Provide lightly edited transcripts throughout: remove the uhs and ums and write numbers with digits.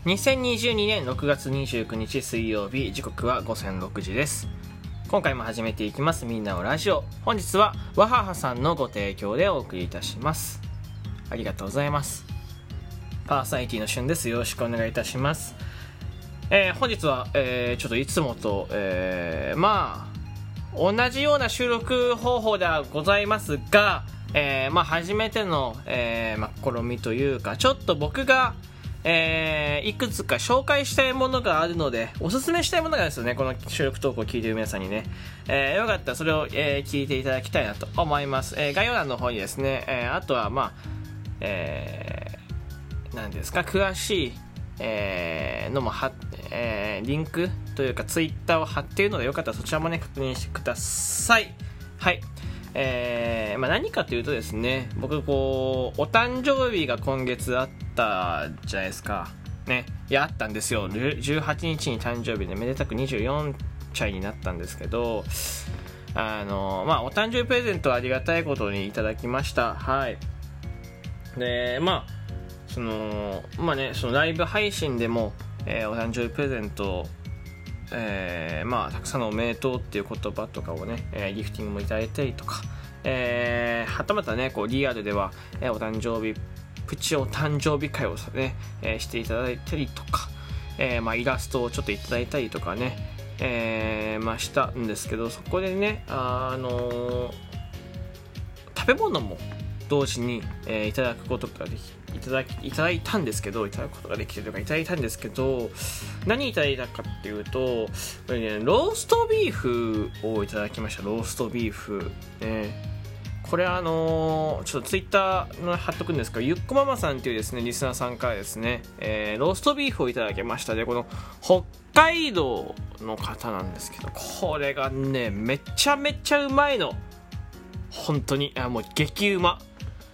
2022年6月29日水曜日、時刻は午前6時です。今回も始めていきます、みんなのラジオ。本日はわははさんのご提供でお送りいたします。ありがとうございます。パーソナリティのしゅんです。よろしくお願いいたします。本日は、ちょっといつもと、同じような収録方法ではございますが、初めての、試みというか、ちょっと僕がいくつか紹介したいものがあるので、おすすめしたいものがですよね、この収録投稿を聞いている皆さんにね、よかったらそれを、聞いていただきたいなと思います。概要欄の方にですね、あとは何ですか、詳しい、のもリンクというかツイッターを貼っているので、よかったらそちらもね確認してください。はい。何かというとですね、僕お誕生日が今月あったじゃないですかね。いや、あったんですよ。18日に誕生日でめでたく24歳になったんですけど、お誕生日プレゼントはありがたいことにいただきました。はい。でそのライブ配信でも、お誕生日プレゼントをたくさんのおめでとうっていう言葉とかをね、ギフティングもいただいたりとか、はたまたねリアルでは、プチお誕生日会をね、していただいたりとか、イラストをちょっといただいたりとかね、したんですけど、そこでね食べ物も同時に、いただくことができいただいたんですけど、いただくことができてとかいただいたんですけど、何いただいたかっていうと、これね、ローストビーフをいただきました。ローストビーフ、これちょっとツイッターの貼っとくんですけど、ゆっこママさんっていうですねリスナーさんからですね、ローストビーフをいただきました。で、この北海道の方なんですけど、これがねめちゃめちゃうまいの。本当にもう激うま。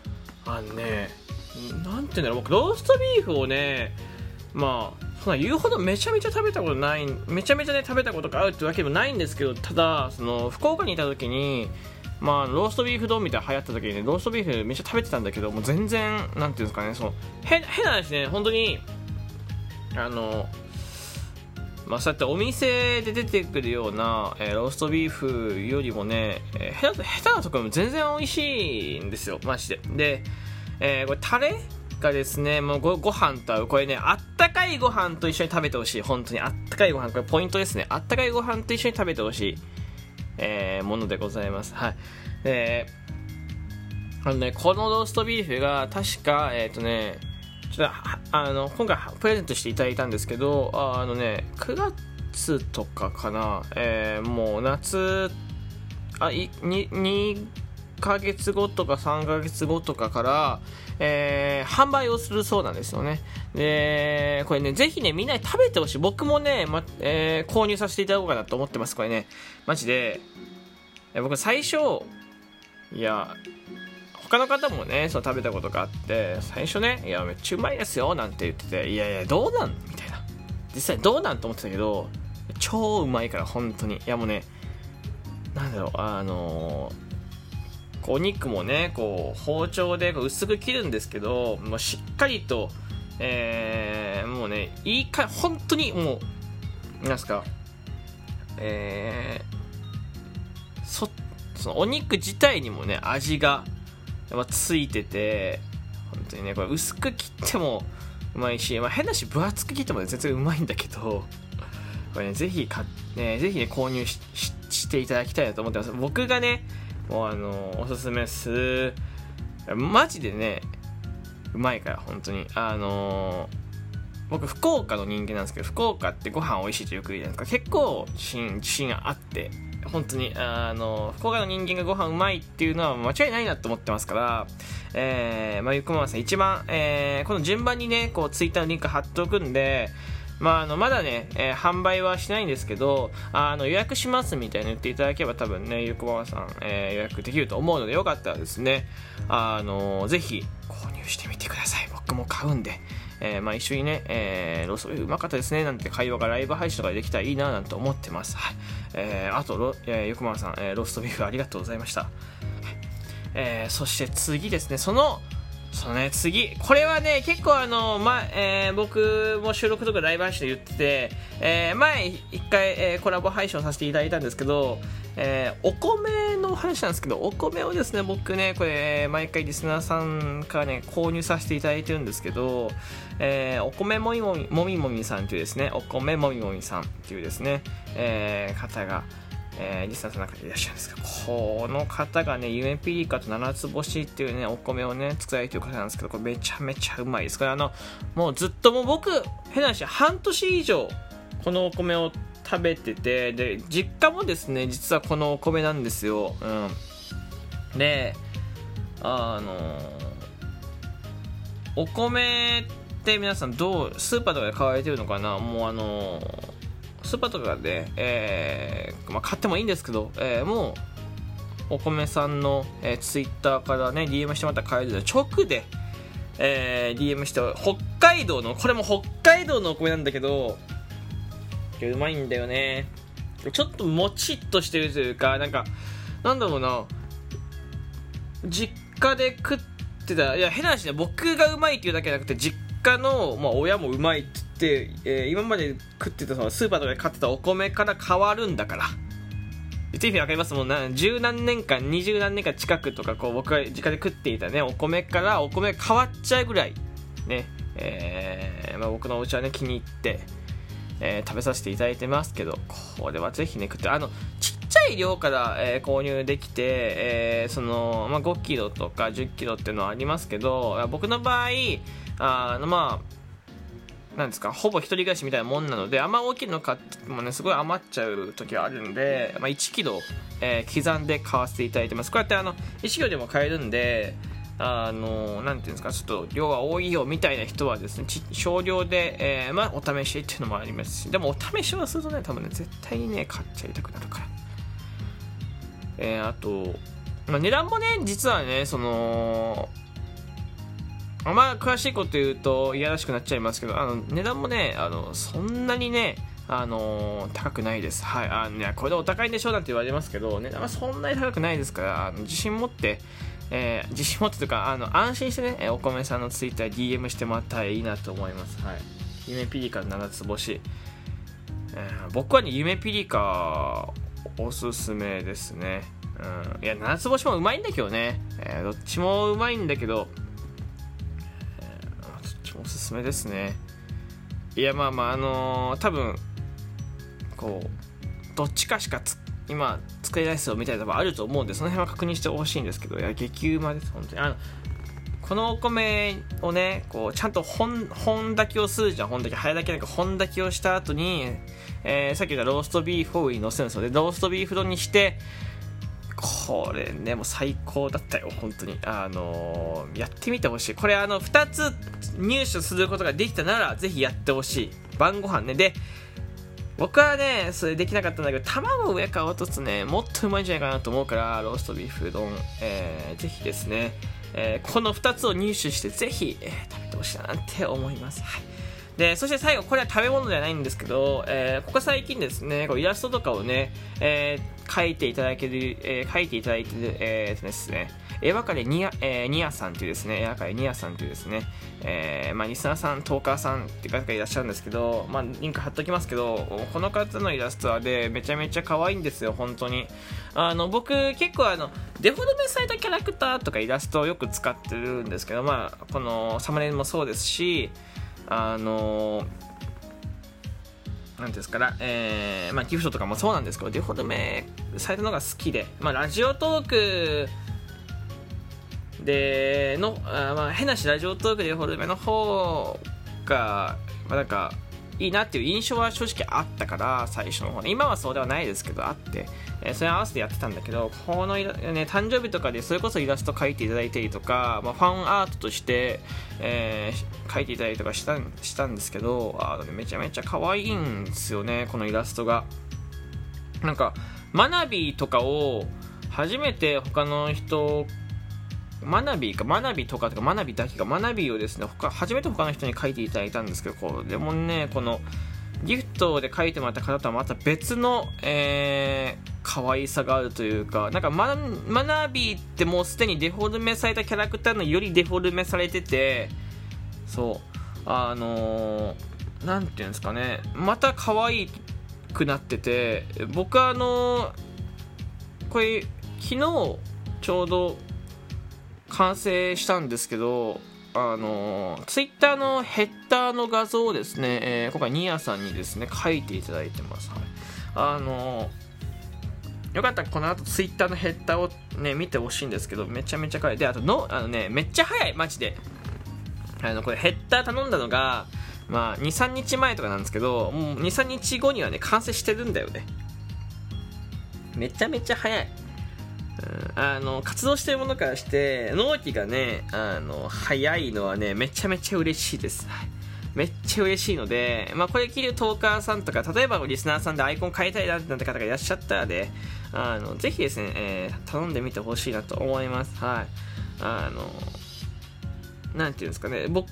なんていうんだろう、僕ローストビーフをね、そんな言うほどめちゃめちゃ食べたことない、めちゃめちゃね食べたことがあるってわけでもないんですけど、ただ福岡にいた時にローストビーフ丼みたいな流行った時にね、ローストビーフめっちゃ食べてたんだけど、もう全然なんていうんですかね、変な話ね、本当にそうやってお店で出てくるような、ローストビーフよりもね、下手なところも全然美味しいんですよ、マジで。で、これタレがですね、もうご飯と合う。これね、あったかいご飯と一緒に食べてほしい。本当にあったかいご飯、これポイントですね。あったかいご飯と一緒に食べてほしい、ものでございます。はい。このローストビーフが確かちょっと今回プレゼントしていただいたんですけど、9月とかかな、もう夏2ヶ月後とか3ヶ月後とかから、販売をするそうなんですよね。で、これね、ぜひねみんなに食べてほしい。僕もね、購入させていただこうかなと思ってます。これねマジで、僕最初、いや他の方もね食べたことがあって、最初ね、いやめっちゃうまいですよなんて言ってて、いやどうなんみたいな、実際どうなんと思ってたけど、超うまいから本当に。いやもうね、なんだろう、お肉もね包丁で薄く切るんですけど、もうしっかりと、もうね本当にもうなんすか、そのお肉自体にもね味がついてて、本当にねこれ薄く切ってもうまいし、変だし分厚く切っても、ね、全然うまいんだけど、これねぜひね購入 していただきたいなと思ってます。僕がねもうおすすめする、マジでねうまいから本当に。僕福岡の人間なんですけど、福岡ってご飯美味しいとよく言うじゃないですか。結構自信があって、本当に福岡の人間がご飯うまいっていうのは間違いないなと思ってますから、ゆっこママさん一番、この順番にねツイッターのリンク貼っておくんで、まだね、販売はしないんですけど、予約しますみたいに言っていただければ多分ねゆっこママさん、予約できると思うので、よかったらですねぜひ購入してみてください。僕も買うんで、一緒にね、ローストビーフうまかったですねなんて会話がライブ配信とかでできたらいいななんて思ってます。はい。あとゆっこママさん、ローストビーフありがとうございました。そして次ですね、そのそうね、次これはね結構僕も収録とかライブ配信で言ってて、前一回、コラボ配信をさせていただいたんですけど、お米の話なんですけど、お米をですね僕ねこれ毎回リスナーさんからね購入させていただいてるんですけど、お米もみもみさんというですね、お米もみもみさんというですね、方がリスナーさんの中にいらっしゃるんですけど、この方がねゆめぴりかと七つ星っていうねお米をね作られている方なんですけど、これめちゃめちゃうまいです。これもうずっともう僕変な話半年以上このお米を食べてて、で実家もですね実はこのお米なんですよ。でお米って皆さんどうスーパーとかで買われてるのかな。もうスーパーとかで、買ってもいいんですけど、もうお米さんの、ツイッターからね DM してもらったら買えるので直で、DM して北海道のこれも北海道のお米なんだけどうまいんだよね。ちょっともちっとしてるというか、なんだろうな、実家で食ってた、いや変な話ね、僕がうまいっていうだけじゃなくて実家の、親もうまいって言って、今まで食ってたそのスーパーとかで買ってたお米から変わるんだから、言ってみて分かります。もう十何年間20何年間近くとかこう僕が実家で食っていたねお米からお米が変わっちゃうぐらいね、僕のお家はね気に入って食べさせていただいてますけど、これはぜひね食って、ちっちゃい量から、購入できて、5キロとか10キロっていうのはありますけど、僕の場合なんですか、ほぼ一人暮らしみたいなもんなので、あんま大きいの買ってもねすごい余っちゃう時はあるんで、1キロ、刻んで買わせていただいてます。こうやって1キロでも買えるんで、なんていうんですか、ちょっと量が多いよみたいな人はですね少量で、お試しっていうのもありますし、でもお試しをするとね多分ね絶対にね買っちゃいたくなるから、あと、値段もね実はねあんま詳しいこと言うといやらしくなっちゃいますけど、値段もねそんなにね高くないです。はい、これでお高いんでしょうなんて言われますけど、値段はそんなに高くないですから、自信持ってというか安心してねお米さんのツイッター DM してもらったらいいなと思います。はい、ゆめぴりか七つ星、僕はねゆめぴりかおすすめですね。いや七つ星もうまいんだけどね、どっちもうまいんだけど、どっちもおすすめですね。いや多分こうどっちかしか今作り出すよみたいなのがあると思うんで、その辺は確認してほしいんですけど、いや激うまです本当に。このお米をねこうちゃんと本炊きをするじゃん。早炊きなんか本炊きをした後に、さっき言ったローストビーフを上に乗せるんですよね。ローストビーフ丼にしてこれねもう最高だったよ本当に。やってみてほしい。これ2つ入手することができたならぜひやってほしい。晩ご飯ね。で僕はねそれできなかったんだけど、卵を上から落とすねもっとうまいんじゃないかなと思うから、ローストビーフ丼、ぜひですね、この2つを入手してぜひ、食べてほしいなって思います。はい。でそして最後、これは食べ物ではないんですけど、ここ最近ですねこうイラストとかをね、描いていただいてる、ですね、絵分かりニアさんというですね、絵分かりニアさんというですね、リスナーさんトーカーさんっていう方がいらっしゃるんですけど、リンク貼っときますけど、この方のイラストはでめちゃめちゃ可愛いんですよ本当に。僕結構デフォルメされたキャラクターとかイラストをよく使ってるんですけど、このサムネイルもそうですし、なんですから、ギフトとかもそうなんですけど、デフォルメされたのが好きで、ラジオトークでの変なしラジオトークでデフォルメの方が、なんかいいなっていう印象は正直あったから、最初の方ね、今はそうではないですけどあって、それに合わせてやってたんだけど、この誕生日とかでそれこそイラスト描いていただいたりとか、ファンアートとして、描いていただいたりとかしたんですけど、めちゃめちゃ可愛いんですよねこのイラストが。なんかマナビとかを初めて他の人マナビとかマナビだけがマナビをですね初めて他の人に描いていただいたんですけど、これでもねこのギフトで書いてもらった方とはまた別の、可愛さがあるというか、なんかマナビーってもうすでにデフォルメされたキャラクターのよりデフォルメされてて、そうなんていうんですかね、また可愛くなってて、僕はこれ昨日ちょうど完成したんですけど、ツイッターのヘッダーの画像をですね、今回ニアさんにですね書いていただいてます。はい、よかったらこの後ツイッターのヘッダーをね見てほしいんですけど、めちゃめちゃ可愛い。で、あとめっちゃ早い、マジで。これヘッダー頼んだのが2、3日前とかなんですけど、もう2、3日後にはね完成してるんだよね。めちゃめちゃ早い。活動しているものからして納期がね早いのはねめちゃめちゃ嬉しいです。めっちゃ嬉しいので、これ聞いてるトーカーさんとか、例えばリスナーさんでアイコン変えたいなって方がいらっしゃったらで、ぜひですね、頼んでみてほしいなと思います。はい。なんていうんですかね、僕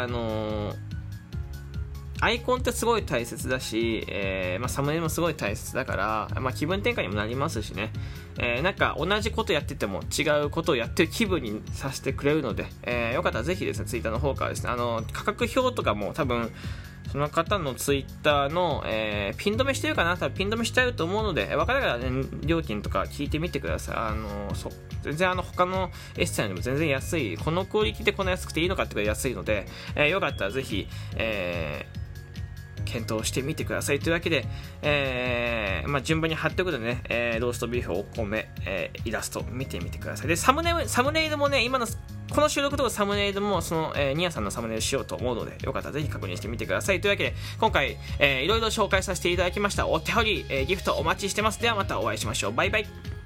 アイコンってすごい大切だし、サムネもすごい大切だから、気分転換にもなりますしね、なんか同じことやってても違うことをやってる気分にさせてくれるので、よかったらぜひですね、ツイッターの方からですね、価格表とかも多分その方のツイッターの、ピン止めしてるかな、多分ピン止めしてあると思うので、分からないからね、料金とか聞いてみてください。全然他のエッセンよりも全然安い、このクオリティでこんな安くていいのかっていうか安いので、よかったらぜひ、検討してみてくださいというわけで、順番に貼っておくのでね、ローストビーフお米、イラスト見てみてください。でサムネイルもね、今のこの収録とかサムネイルもその、ニアさんのサムネイルしようと思うので、よかったらぜひ確認してみてくださいというわけで、今回、いろいろ紹介させていただきましたお手振り、ギフトお待ちしてます。ではまたお会いしましょう。バイバイ。